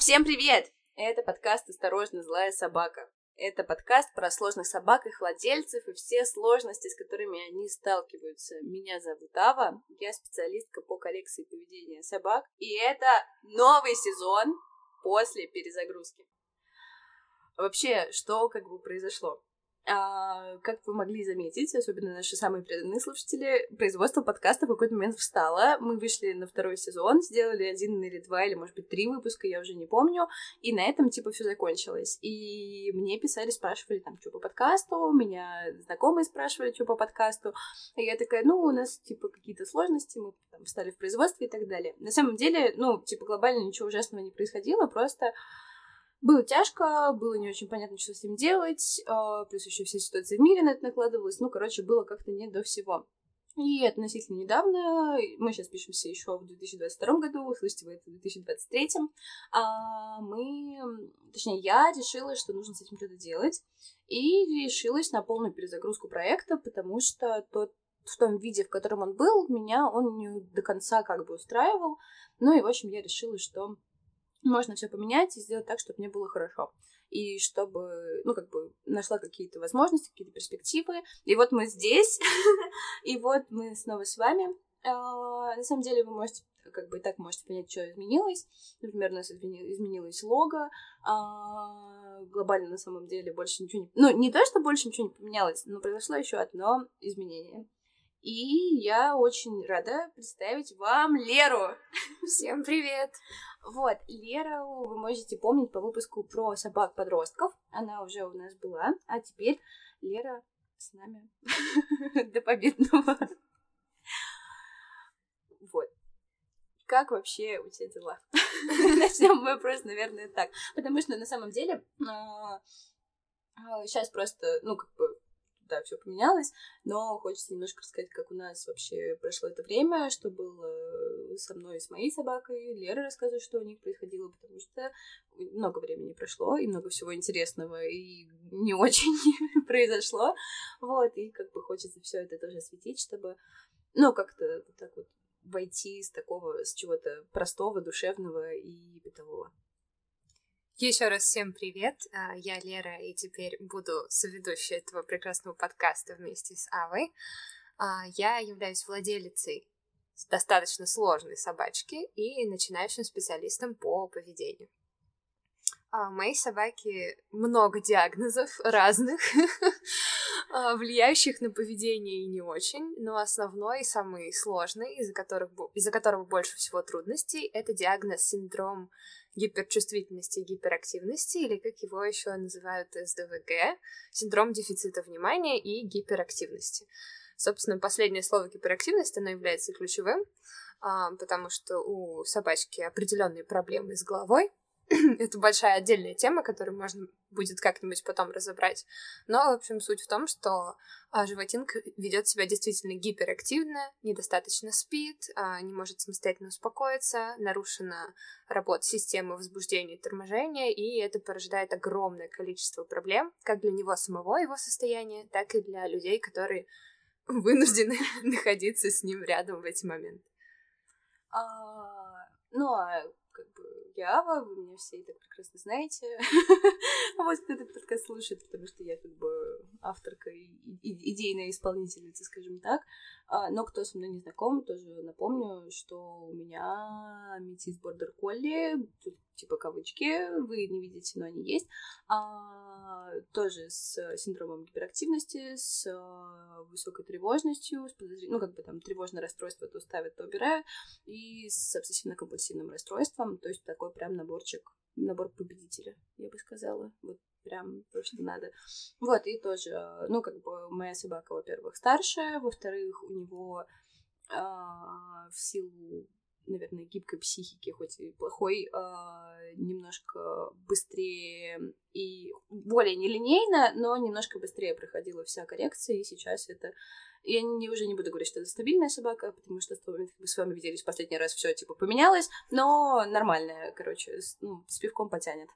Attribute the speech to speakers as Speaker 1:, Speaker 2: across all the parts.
Speaker 1: Всем привет! Это подкаст «Осторожно, злая собака». Это подкаст про сложных собак, их владельцев и все сложности, с которыми они сталкиваются. Меня зовут Ава, я специалистка по коррекции поведения собак, и это новый сезон после перезагрузки. Вообще, что произошло? Как вы могли заметить, особенно наши самые преданные слушатели, производство подкаста в какой-то момент встало. Мы вышли на второй сезон, сделали 1 или 2, или, может быть, 3 выпуска, я уже не помню, и на этом, все закончилось. И мне писали, спрашивали, что по подкасту, меня знакомые спрашивали, что по подкасту, и я такая, у нас, какие-то сложности, мы встали в производстве и так далее. На самом деле, глобально ничего ужасного не происходило, просто... Было тяжко, было не очень понятно, что с этим делать, плюс еще вся ситуация в мире на это накладывалась, было как-то не до всего. И относительно недавно, мы сейчас пишемся еще в 2022 году, вы слышите вы это в 2023, я решила, что нужно с этим что-то делать, и решилась на полную перезагрузку проекта, потому что в том виде, в котором он был, меня он не до конца устраивал, и, в общем, я решила, что можно все поменять и сделать так, чтобы мне было хорошо. И чтобы, нашла какие-то возможности, какие-то перспективы. И вот мы здесь, и вот мы снова с вами. На самом деле вы можете, и так можете понять, что изменилось. Например, у нас изменилось лого. Глобально, на самом деле, больше ничего не... не то, что больше ничего не поменялось, но произошло еще одно изменение. И я очень рада представить вам Леру.
Speaker 2: Всем привет!
Speaker 1: Вот, Леру вы можете помнить по выпуску про собак-подростков. Она уже у нас была, а теперь Лера с нами до победного. Вот. Как вообще у тебя дела? Начнем мы просто, наверное, так. Потому что на самом деле сейчас просто, да, все поменялось, но хочется немножко рассказать, как у нас вообще прошло это время, что было со мной и с моей собакой. Лера рассказывает, что у них происходило, потому что много времени прошло, и много всего интересного, и не очень произошло. Вот, и хочется все это тоже осветить, чтобы, как-то вот так вот войти с чего-то простого, душевного и бытового.
Speaker 2: Еще раз всем привет, я Лера, и теперь буду соведущей этого прекрасного подкаста вместе с Авой. Я являюсь владелицей достаточно сложной собачки и начинающим специалистом по поведению. У моей собаки много диагнозов разных, влияющих на поведение и не очень, но основной и самый сложный, из-за которого больше всего трудностей, это диагноз синдром гиперчувствительности и гиперактивности, или как его еще называют СДВГ, синдром дефицита внимания и гиперактивности. Собственно, последнее слово гиперактивность, оно является ключевым, потому что у собачки определенные проблемы с головой. Это большая отдельная тема, которую можно будет как-нибудь потом разобрать. Но, в общем, суть в том, что животинка ведет себя действительно гиперактивно, недостаточно спит, не может самостоятельно успокоиться, нарушена работа системы возбуждения и торможения, и это порождает огромное количество проблем, как для него самого, его состояния, так и для людей, которые вынуждены находиться с ним рядом в эти моменты.
Speaker 1: Я Ава, вы меня все и так прекрасно знаете. Вот кто этот подкаст слушает, потому что я авторка и идейная исполнительница, скажем так. Но кто со мной не знаком, тоже напомню, что у меня метис бордер колли, тут кавычки, вы не видите, но они есть, тоже с синдромом гиперактивности, с высокой тревожностью, с тревожное расстройство то ставят, то убирают, и с обсессивно-компульсивным расстройством, то есть такой прям набор победителя, я бы сказала, вот прям то, что надо. Вот, и тоже, моя собака, во-первых, старшая, во-вторых, у него в силу, наверное, гибкой психики, хоть и плохой, немножко быстрее и более нелинейно, но немножко быстрее проходила вся коррекция, и сейчас это... Я уже не буду говорить, что это стабильная собака, потому что с вами виделись в последний раз, все поменялось, но нормальная, с пивком потянет.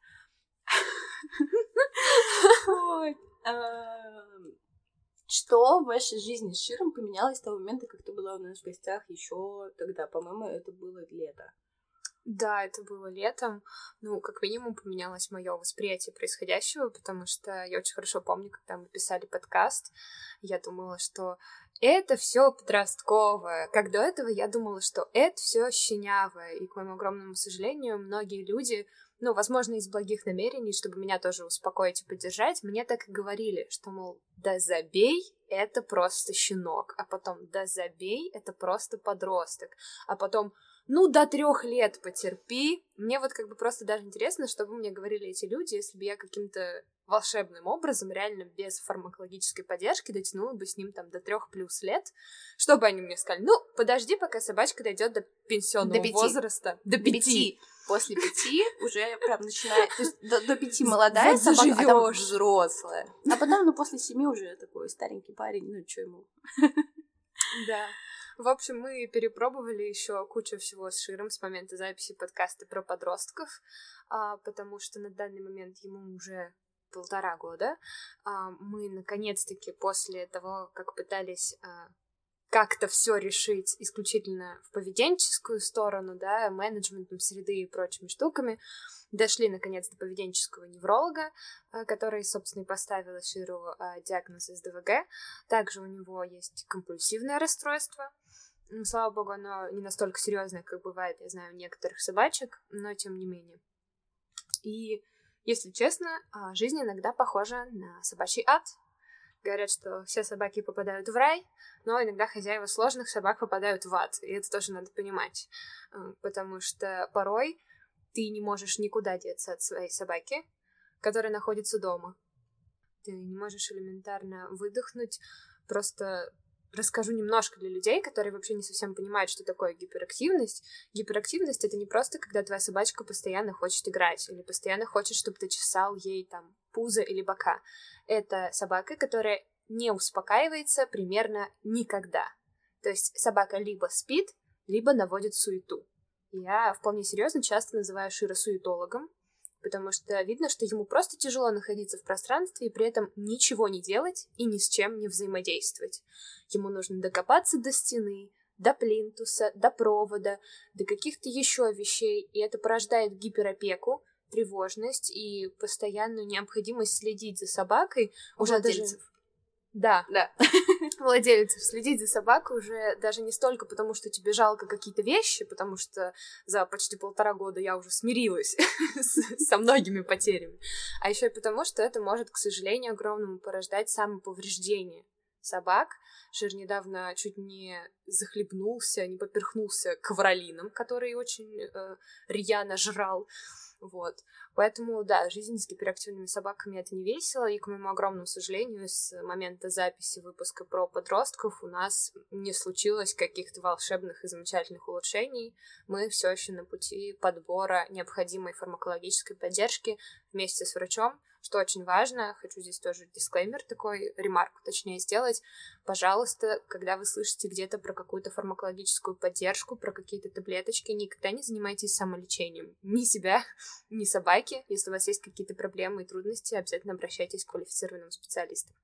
Speaker 1: Что в вашей жизни с Широм поменялось с того момента, как ты была у нас в гостях еще тогда? По-моему, это было лето.
Speaker 2: Да, это было летом. Ну, как минимум, поменялось мое восприятие происходящего, потому что я очень хорошо помню, когда мы писали подкаст, я думала, что это все подростковое. Как до этого я думала, что это все щенявое. И, к моему огромному сожалению, многие люди, ну, возможно, из благих намерений, чтобы меня тоже успокоить и поддержать, мне так и говорили, что, мол, да забей, это просто щенок, а потом да забей, это просто подросток, а потом ну, до 3 лет потерпи. Мне вот как бы просто даже интересно, что бы мне говорили эти люди, если бы я каким-то волшебным образом, реально без фармакологической поддержки, дотянула бы с ним там до 3+ лет, чтобы они мне сказали, ну, подожди, пока собачка дойдет до пенсионного возраста.
Speaker 1: До 5. После 5 уже прям начинает... То есть до 5 молодая собака, а там взрослая. А потом, ну, после 7 уже такой старенький парень, ну, что ему...
Speaker 2: Да. В общем, мы перепробовали еще кучу всего с Широм с момента записи подкаста про подростков, потому что на данный момент ему уже 1,5 года. Мы наконец-таки после того, как пытались как-то все решить исключительно в поведенческую сторону, да, менеджментом среды и прочими штуками, дошли, наконец, до поведенческого невролога, который, собственно, и поставил Ширу диагноз СДВГ. Также у него есть компульсивное расстройство. Слава богу, оно не настолько серьезное, как бывает, я знаю, у некоторых собачек, но тем не менее. И, если честно, жизнь иногда похожа на собачий ад. Говорят, что все собаки попадают в рай, но иногда хозяева сложных собак попадают в ад, и это тоже надо понимать, потому что порой ты не можешь никуда деться от своей собаки, которая находится дома. Ты не можешь элементарно выдохнуть. Просто расскажу немножко для людей, которые вообще не совсем понимают, что такое гиперактивность. Гиперактивность — это не просто, когда твоя собачка постоянно хочет играть или постоянно хочет, чтобы ты чесал ей там пузо или бока. Это собака, которая не успокаивается примерно никогда. То есть собака либо спит, либо наводит суету. Я вполне серьезно часто называю Шира суетологом, потому что видно, что ему просто тяжело находиться в пространстве и при этом ничего не делать и ни с чем не взаимодействовать. Ему нужно докопаться до стены, до плинтуса, до провода, до каких-то еще вещей, и это порождает гиперопеку, тревожность и постоянную необходимость следить за собакой. Уже
Speaker 1: владельцев.
Speaker 2: Да. Владельцев. Следить за собакой уже даже не столько потому, что тебе жалко какие-то вещи, потому что за почти 1,5 года я уже смирилась со многими потерями, а еще и потому, что это может, к сожалению, огромному порождать самоповреждение собак. Шир недавно чуть не захлебнулся, не поперхнулся ковролином, который очень рьяно жрал. Вот. Поэтому, да, жизнь с гиперактивными собаками — это не весело, и, к моему огромному сожалению, с момента записи выпуска про подростков у нас не случилось каких-то волшебных и замечательных улучшений. Мы все еще на пути подбора необходимой фармакологической поддержки вместе с врачом, что очень важно. Хочу здесь тоже дисклеймер такой, ремарку точнее сделать. Пожалуйста, когда вы слышите где-то про какую-то фармакологическую поддержку, про какие-то таблеточки, никогда не занимайтесь самолечением. Ни себя, ни собаки. Если у вас есть какие-то проблемы и трудности, обязательно обращайтесь к квалифицированным специалистам.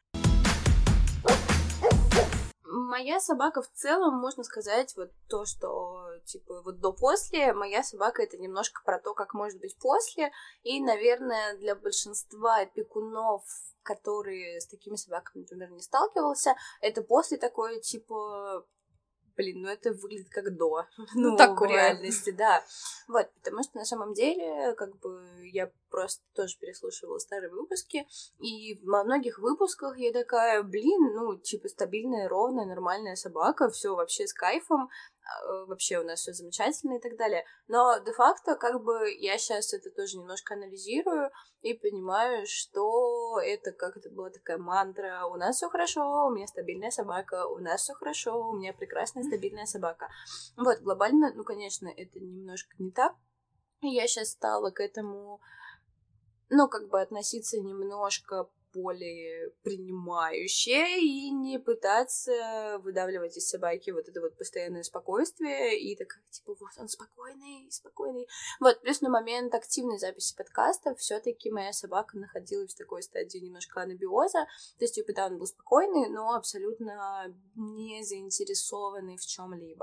Speaker 1: Моя собака в целом, можно сказать, вот то, что, типа, вот до-после, моя собака — это немножко про то, как может быть после, и, наверное, для большинства опекунов, которые с такими собаками, например, не сталкивался, это после такое, типа... Блин, ну это выглядит как до.
Speaker 2: Ну, такое.
Speaker 1: В реальности, да. Вот, потому что на самом деле, как бы, я просто тоже переслушивала старые выпуски, и во многих выпусках я такая, блин, ну, типа, стабильная, ровная, нормальная собака, все вообще с кайфом, вообще у нас все замечательно и так далее. Но де-факто, как бы, я сейчас это тоже немножко анализирую и понимаю, что это как это была такая мантра: у нас все хорошо, у меня стабильная собака, у нас все хорошо, у меня прекрасная стабильная собака. Вот, глобально, ну, конечно, это немножко не так. Я сейчас стала к этому, ну, как бы относиться немножко более принимающе и не пытаться выдавливать из собаки вот это вот постоянное спокойствие и такая, типа, вот он спокойный, спокойный. Вот, плюс на момент активной записи подкаста все-таки моя собака находилась в такой стадии немножко анабиоза, то есть, типа, да, он был спокойный, но абсолютно не заинтересованный в чем-либо.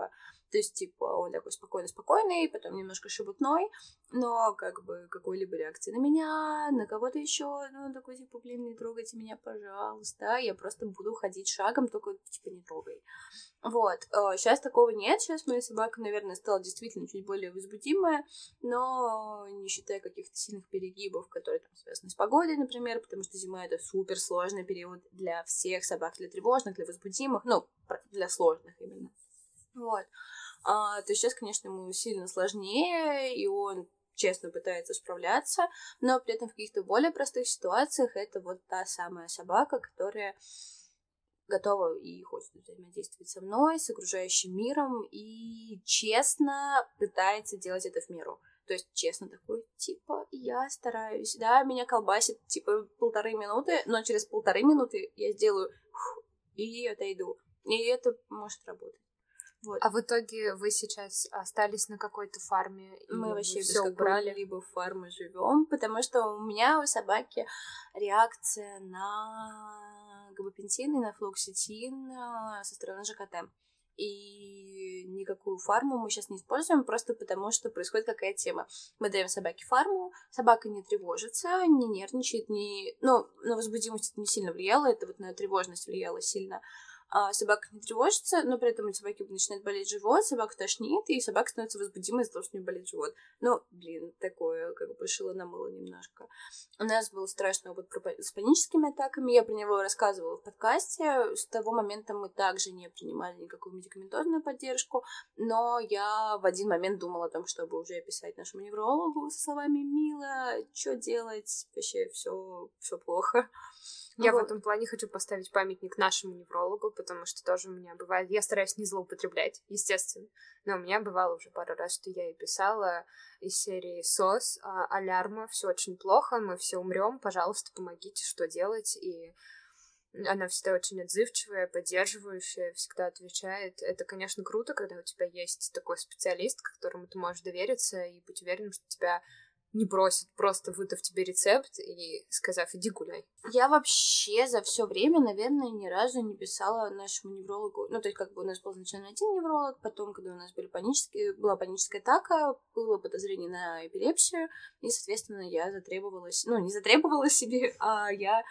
Speaker 1: То есть, типа, он такой спокойный, потом немножко шебутной, но как бы какой-либо реакции на меня, на кого-то еще, ну, он такой, типа, блин, не трогайте меня, пожалуйста, я просто буду ходить шагом, только, типа, не трогай. Вот, сейчас такого нет, сейчас моя собака, наверное, стала действительно чуть более возбудимая, но не считая каких-то сильных перегибов, которые там связаны с погодой, например, потому что зима — это суперсложный период для всех собак, для тревожных, для возбудимых, ну, для сложных именно. Вот. То есть сейчас, конечно, ему сильно сложнее, и он честно пытается справляться, но при этом в каких-то более простых ситуациях это вот та самая собака, которая готова и хочет взаимодействовать со мной, с окружающим миром, и честно пытается делать это в меру. То есть, честно такой, типа, я стараюсь, да, меня колбасит, типа, 1,5 минуты, но через 1,5 минуты я сделаю и отойду. И это может работать. Вот.
Speaker 2: А в итоге вы сейчас остались на какой-то фарме?
Speaker 1: Мы вообще без
Speaker 2: всё убрали?
Speaker 1: какой-либо фармы живем, потому что у меня у собаки реакция на габапентин и на флоксетин со стороны ЖКТ. И никакую фарму мы сейчас не используем, просто потому что происходит какая тема. Мы даем собаке фарму, собака не тревожится, не нервничает, ну, на возбудимость это не сильно влияло, это вот на тревожность влияло сильно. Собака не тревожится, но при этом у собаки начинает болеть живот, собака тошнит, и собака становится возбудимой из-за того, что у нее болит живот. Ну, блин, такое, как бы, шило на мыло немножко. У нас был страшный опыт с паническими атаками, я про него рассказывала в подкасте. С того момента мы также не принимали никакую медикаментозную поддержку, но я в один момент думала о том, чтобы уже писать нашему неврологу со словами «Мила, что делать? Вообще все плохо».
Speaker 2: Я в этом плане хочу поставить памятник нашему неврологу, потому что тоже у меня бывает... Я стараюсь не злоупотреблять, естественно, но у меня бывало уже пару раз, что я ей писала из серии «СОС», алярма, все очень плохо, мы все умрем, пожалуйста, помогите, что делать, и она всегда очень отзывчивая, поддерживающая, всегда отвечает. Это, конечно, круто, когда у тебя есть такой специалист, которому ты можешь довериться и быть уверенным, что тебя не бросит, просто выдав тебе рецепт и сказав, иди гуляй.
Speaker 1: Я вообще за все время, наверное, ни разу не писала нашему неврологу. Ну, то есть, как бы у нас был изначально один невролог, потом, когда у нас была паническая атака, было подозрение на эпилепсию, и, соответственно, я затребовалась, ну, не затребовала себе, а я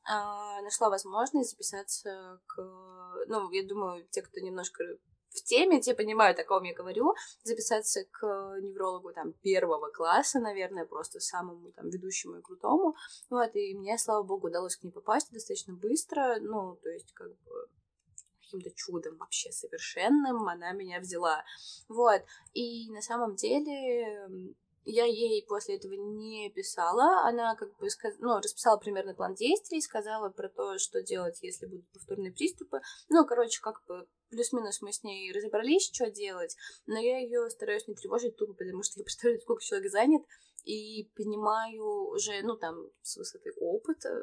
Speaker 1: нашла возможность записаться к... Ну, я думаю, те, кто немножко в теме, те понимают, о ком я говорю, записаться к неврологу там 1 класса, наверное, просто самому там ведущему и крутому, вот, и мне, слава богу, удалось к ней попасть достаточно быстро, ну, то есть, как бы, каким-то чудом вообще совершенным она меня взяла, вот, и на самом деле... Я ей после этого не писала, она как бы расписала примерно план действий, сказала про то, что делать, если будут повторные приступы. Ну, короче, как бы плюс-минус мы с ней разобрались, что делать, но я ее стараюсь не тревожить тупо, потому что я представляю, сколько человек занят, и понимаю уже, ну, там, с высоты опыта,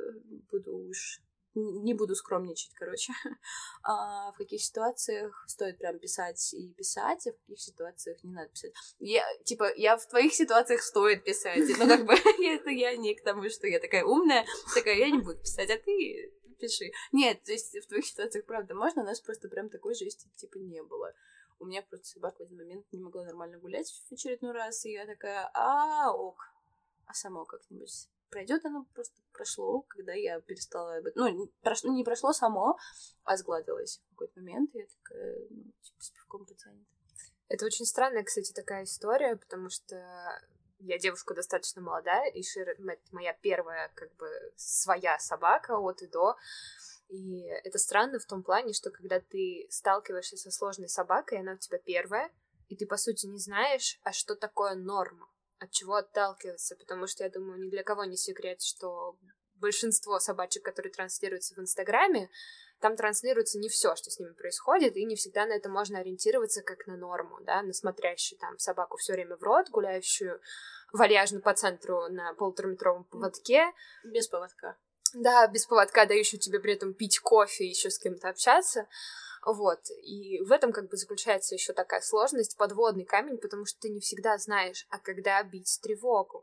Speaker 1: не буду скромничать, короче, в каких ситуациях стоит прям писать и писать, а в каких ситуациях не надо писать. Я в твоих ситуациях стоит писать, ну, как бы, это я не к тому, что я такая умная, такая, я не буду писать, а ты пиши. Нет, то есть в твоих ситуациях, правда, можно, у нас просто прям такой жести, типа, не было. У меня просто собака в один момент не могла нормально гулять в очередной раз, и я такая, ок, а само как-нибудь пройдет, оно просто прошло, когда я перестала... Ну, не прошло само, а сгладилось в какой-то момент, и я такая, ну, типа, с пивком потянет.
Speaker 2: Это очень странная, кстати, такая история, потому что я девушка достаточно молодая, и это моя первая, как бы, своя собака от и до. И это странно в том плане, что когда ты сталкиваешься со сложной собакой, она у тебя первая, и ты, по сути, не знаешь, а что такое норма, от чего отталкиваться, потому что, я думаю, ни для кого не секрет, что большинство собачек, которые транслируются в Инстаграме, там транслируется не все, что с ними происходит, и не всегда на это можно ориентироваться как на норму, да, на смотрящую там собаку все время в рот, гуляющую вальяжно по центру на 1,5-метровом поводке.
Speaker 1: Без поводка.
Speaker 2: Да, без поводка, дающую тебе при этом пить кофе и еще с кем-то общаться. Вот, и в этом как бы заключается еще такая сложность, подводный камень, потому что ты не всегда знаешь, а когда бить тревогу.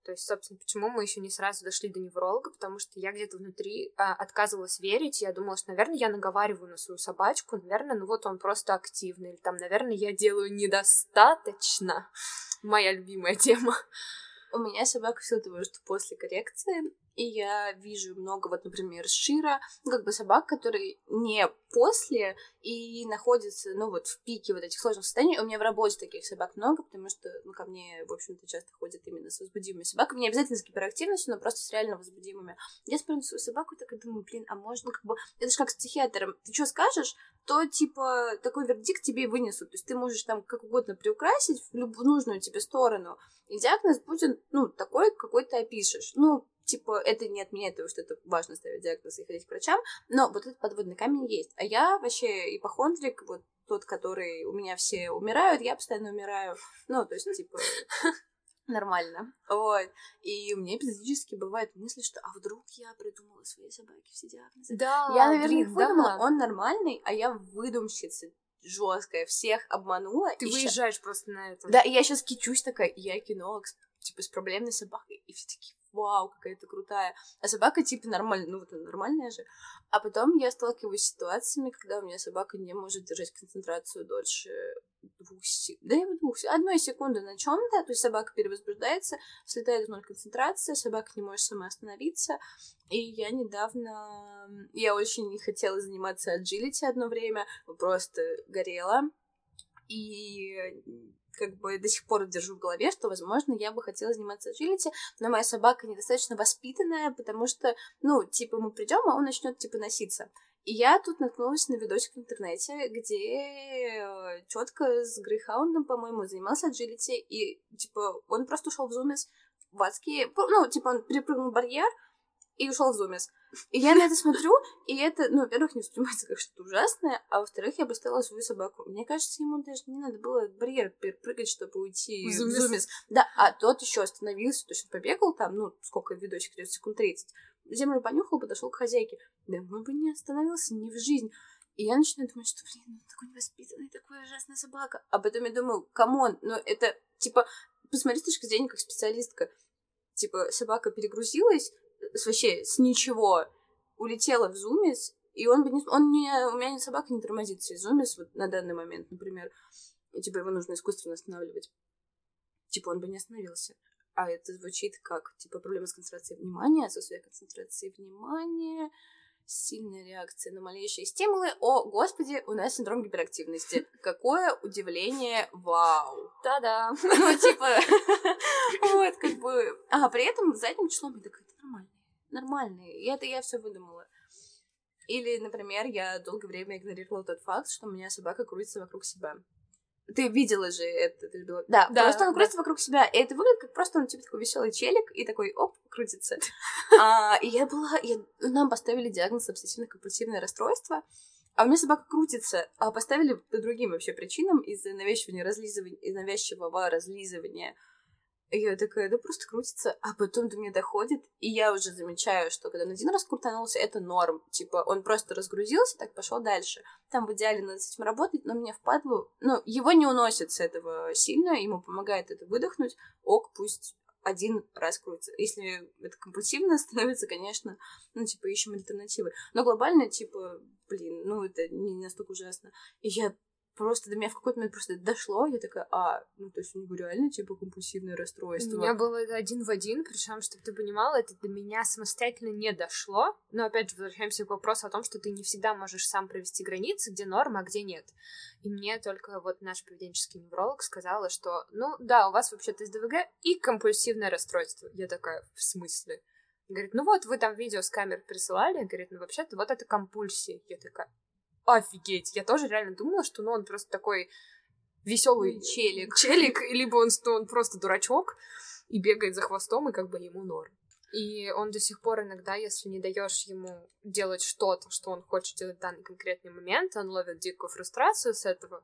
Speaker 2: То есть, собственно, почему мы еще не сразу дошли до невролога, потому что я где-то внутри отказывалась верить, я думала, что, наверное, я наговариваю на свою собачку, наверное, ну вот он просто активный, или там, наверное, я делаю недостаточно. Моя любимая тема.
Speaker 1: У меня собака в силу того, что после коррекции, и я вижу много, вот, например, Шира, ну, как бы собак, которые не после и находятся, ну, вот, в пике вот этих сложных состояний. У меня в работе таких собак много, потому что, ну, ко мне, в общем-то, часто ходят именно с возбудимыми собаками. Не обязательно с гиперактивностью, но просто с реально возбудимыми. Я смотрю на свою собаку и так думаю, блин, а можно, как бы, это же как с психиатром. Ты что скажешь, то, типа, такой вердикт тебе и вынесут. То есть ты можешь там как угодно приукрасить в нужную тебе сторону, и диагноз будет, ну, такой, какой ты опишешь. Ну, типа, это не отменяет того, что это важно ставить диагноз и ходить к врачам, но вот этот подводный камень есть. А я вообще ипохондрик, вот тот, который у меня все умирают, я постоянно умираю. Ну, то есть, типа, нормально. Вот. И у меня эпизодически бывают мысли, что а вдруг я придумала своей собаке все диагнозы.
Speaker 2: Да,
Speaker 1: Я, наверное,
Speaker 2: блин,
Speaker 1: их выдумала,
Speaker 2: да.
Speaker 1: он нормальный, а я выдумщица жесткая, всех обманула.
Speaker 2: Ты выезжаешь просто на это.
Speaker 1: Да, и я сейчас кичусь такая, я кинолог, типа, с проблемной собакой, и все такие, вау, какая ты крутая. А собака, типа, нормальная, ну, вот она нормальная же. А потом я сталкиваюсь с ситуациями, когда у меня собака не может держать концентрацию дольше 1 секунды на чем-то, то есть собака перевозбуждается, слетает в ноль концентрация, собака не может сама остановиться. И я недавно... Я очень не хотела заниматься аджилити одно время, просто горела. И как бы до сих пор держу в голове, что, возможно, я бы хотела заниматься аджилити, но моя собака недостаточно воспитанная, потому что, ну, типа, мы придем, а он начнет типа носиться. И я тут наткнулась на видосик в интернете, где тетка с грейхаундом, по-моему, занимался аджилити, и, типа, он просто ушел в зумис в адские... Ну, типа, он перепрыгнул барьер и ушел в зумис. И я на это смотрю, и это, ну, во-первых, не воспринимается как что-то ужасное, а во-вторых, я поставила свою собаку. Мне кажется, ему даже не надо было барьер перепрыгать, чтобы уйти в зумис. Да, а тот еще остановился, то есть он побегал там, ну, сколько видосик идет, секунд 30. Землю понюхал, подошел к хозяйке. Да он бы не остановился ни в жизнь. И я начинаю думать, что, блин, ну, такой невоспитанный, такая ужасная собака. А потом я думаю, камон, ну, это, типа, посмотри с точки зрения как специалистка. Типа, собака перегрузилась, вообще с ничего улетела в зумис, и у меня собака не тормозится из зумис вот на данный момент, например, и типа его нужно искусственно останавливать. Типа он бы не остановился. А это звучит как, типа, проблема с концентрацией внимания, отсутствие концентрации внимания, сильная реакция на малейшие стимулы. О, господи, у нас синдром гиперактивности. Какое удивление, вау.
Speaker 2: Та-да.
Speaker 1: Ну, типа, вот, как бы... А при этом задним числом я такая, это нормальные. И это я все выдумала. Или, например, я долгое время игнорировала тот факт, что у меня собака крутится вокруг себя. Ты видела же это, ты была... Да, просто он крутится вокруг себя, и это выглядит как просто он типа такой веселый челик, и такой, оп, крутится. И нам поставили диагноз обсессивно-компульсивное расстройство, а у меня собака крутится, а поставили по другим вообще причинам из-за навязчивого разлизывания. И я такая, да просто крутится, а потом до меня доходит, и я уже замечаю, что когда он один раз крутанулся, это норм. Типа, он просто разгрузился, так пошел дальше. Там в идеале надо с этим работать, но мне впадлу... Ну, его не уносит с этого сильно, ему помогает это выдохнуть. Ок, пусть один раз крутится. Если это компульсивно становится, конечно, ну, типа, ищем альтернативы. Но глобально, типа, блин, ну, это не настолько ужасно. И я просто до меня в какой-то момент просто дошло, я такая, ну, то есть у него реально, типа, компульсивное расстройство.
Speaker 2: У меня было это 1 в 1, причем, чтобы ты понимала, это до меня самостоятельно не дошло. Но, опять же, возвращаемся к вопросу о том, что ты не всегда можешь сам провести границы, где норма, а где нет. И мне только вот наш поведенческий невролог сказала, что, ну, да, у вас вообще-то СДВГ и компульсивное расстройство. Я такая, в смысле? Говорит, ну вот, вы там видео с камер присылали, говорит, ну, вообще-то вот это компульсия. Я такая, офигеть, я тоже реально думала, что, ну, он просто такой веселый челик, либо он просто дурачок и бегает за хвостом, и как бы ему норм. И он до сих пор иногда, если не даешь ему делать что-то, что он хочет делать в данный конкретный момент, он ловит дикую фрустрацию с этого,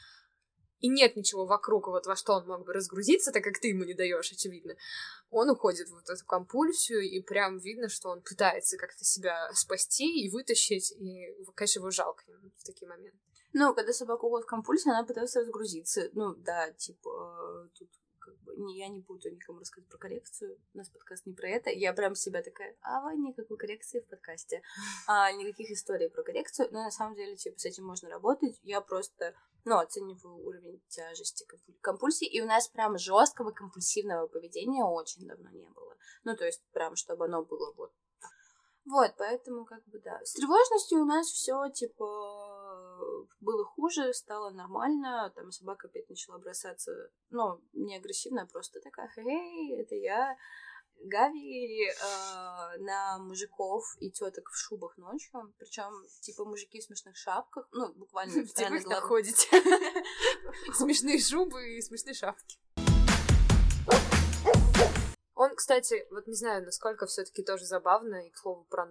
Speaker 2: и нет ничего вокруг, вот во что он мог бы разгрузиться, так как ты ему не даешь, очевидно. Он уходит в вот эту компульсию, и прям видно, что он пытается как-то себя спасти и вытащить, и, конечно, его жалко в такие моменты.
Speaker 1: Ну, когда собака уходит в компульсию, она пытается разгрузиться. Ну, да, типа, тут как бы я не буду никому рассказывать про коррекцию, у нас подкаст не про это, я прям себя такая, никакой коррекции в подкасте, никаких историй про коррекцию, но на самом деле, типа, с этим можно работать, я просто, оцениваю уровень тяжести компульсии, и у нас прям жесткого компульсивного поведения очень давно не было, то есть прям, чтобы оно было вот. Вот, поэтому, да. С тревожностью у нас все типа, было хуже, стало нормально, там собака опять начала бросаться, не агрессивно, а просто такая, эй, это я, Гави, на мужиков и теток в шубах ночью, причем типа мужики в смешных шапках, буквально
Speaker 2: постоянно ходите. Смешные шубы и смешные шапки. Он, кстати, вот не знаю, насколько все-таки тоже забавно, и, к слову, про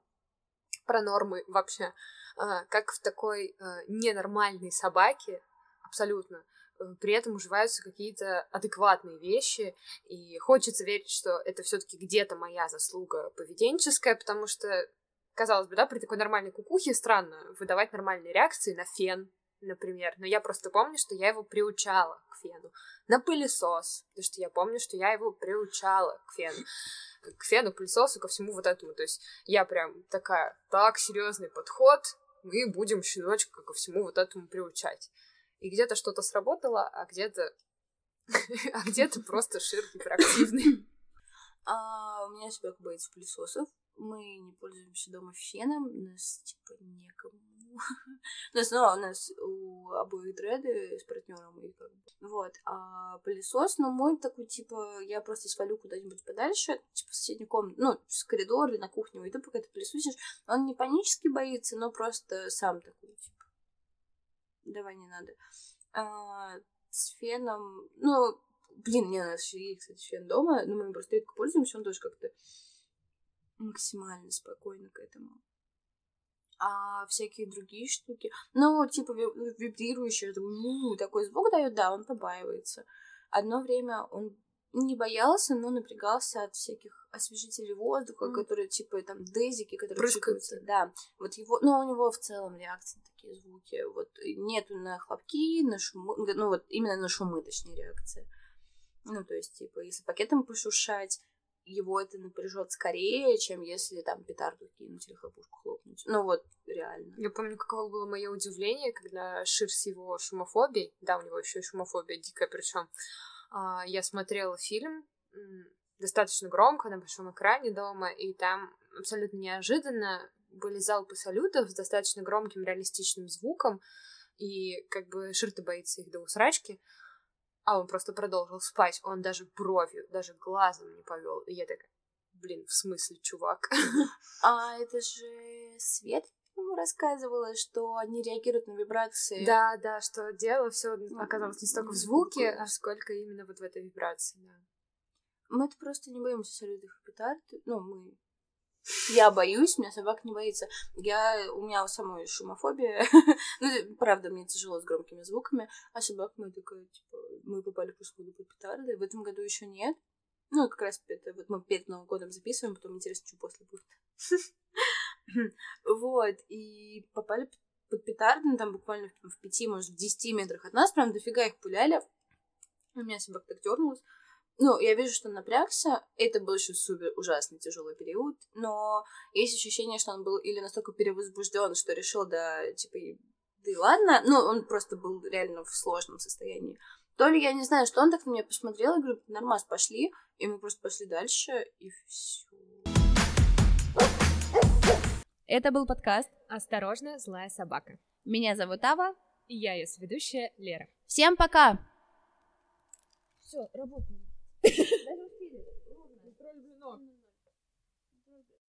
Speaker 2: нормы вообще, как в такой ненормальной собаке, абсолютно, при этом уживаются какие-то адекватные вещи, и хочется верить, что это все-таки где-то моя заслуга поведенческая, потому что, казалось бы, да, при такой нормальной кукухе странно выдавать нормальные реакции на фен, например, но я просто помню, что я его приучала к фену, на пылесос, потому что я помню, что я его приучала к фену, к пылесосу, ко всему вот этому, то есть я прям такая, так, серьезный подход, мы будем щеночка ко всему вот этому приучать. И где-то что-то сработало, а где-то просто шир гиперактивный.
Speaker 1: У меня собака боится пылесосов. Мы не пользуемся дома феном. У нас, типа, некому. У нас у обоих дреды с партнером и Вот. А пылесос, мой такой, типа, я просто свалю куда-нибудь подальше, типа, в соседнюю комнату, с коридора или на кухню уйду, пока ты пылесосишь. Он не панически боится, но просто сам такой, типа, давай не надо. С феном, у нас еще есть, кстати, фен дома, но мы просто редко пользуемся, он тоже как-то максимально спокойно к этому. А всякие другие штуки, типа вибрирующий, такой звук дает, да, он побаивается. Одно время он не боялся, но напрягался от всяких освежителей воздуха, которые, типа, там, дезики, которые чикаются. Да, вот его, у него в целом реакции на такие звуки. Вот нету на хлопки, на шумы, именно на шумы, точнее, реакция. То есть, типа, если пакетом пошуршать, его это напряжет скорее, чем если там петарду кинуть или хлопушку хлопнуть. Реально.
Speaker 2: Я помню, каково было мое удивление, когда Шир с его шумофобией, да, у него еще и шумофобия дикая, причем я смотрела фильм достаточно громко на большом экране дома, и там абсолютно неожиданно были залпы салютов с достаточно громким реалистичным звуком, и Шир-то боится их до усрачки, а он просто продолжил спать, он даже бровью, даже глазом не повел, и я такая, в смысле, чувак?
Speaker 1: Это же Свет рассказывала, что они реагируют на вибрации.
Speaker 2: Да, что дело все оказалось не столько в звуке, а сколько именно вот в этой вибрации, да.
Speaker 1: Мы-то просто не боимся салютов и петард. Я боюсь, у меня собака не боится. У меня у самой шумофобия. Правда, мне тяжело с громкими звуками. А собака моя такая, типа, мы попали в прошлом году под петарды. В этом году еще нет. Как раз это вот мы перед Новым годом записываем, потом интересно, что после будет. Вот, и попали под петарды, там буквально в 5, может, в 10 метрах от нас, прям дофига их пуляли. У меня собака так дернулась. Я вижу, что он напрягся. Это был еще супер ужасный тяжелый период, но есть ощущение, что он был или настолько перевозбужден, что решил, да, типа, да и ладно. Он просто был реально в сложном состоянии. То ли я не знаю, что он так на меня посмотрел, и говорю, нормас, пошли. И мы просто пошли дальше, и все. Это был подкаст
Speaker 2: «Осторожно, злая собака».
Speaker 1: Меня зовут Ава.
Speaker 2: И я ее соведущая Лера.
Speaker 1: Всем пока!
Speaker 2: Все, работаем. Даже успели.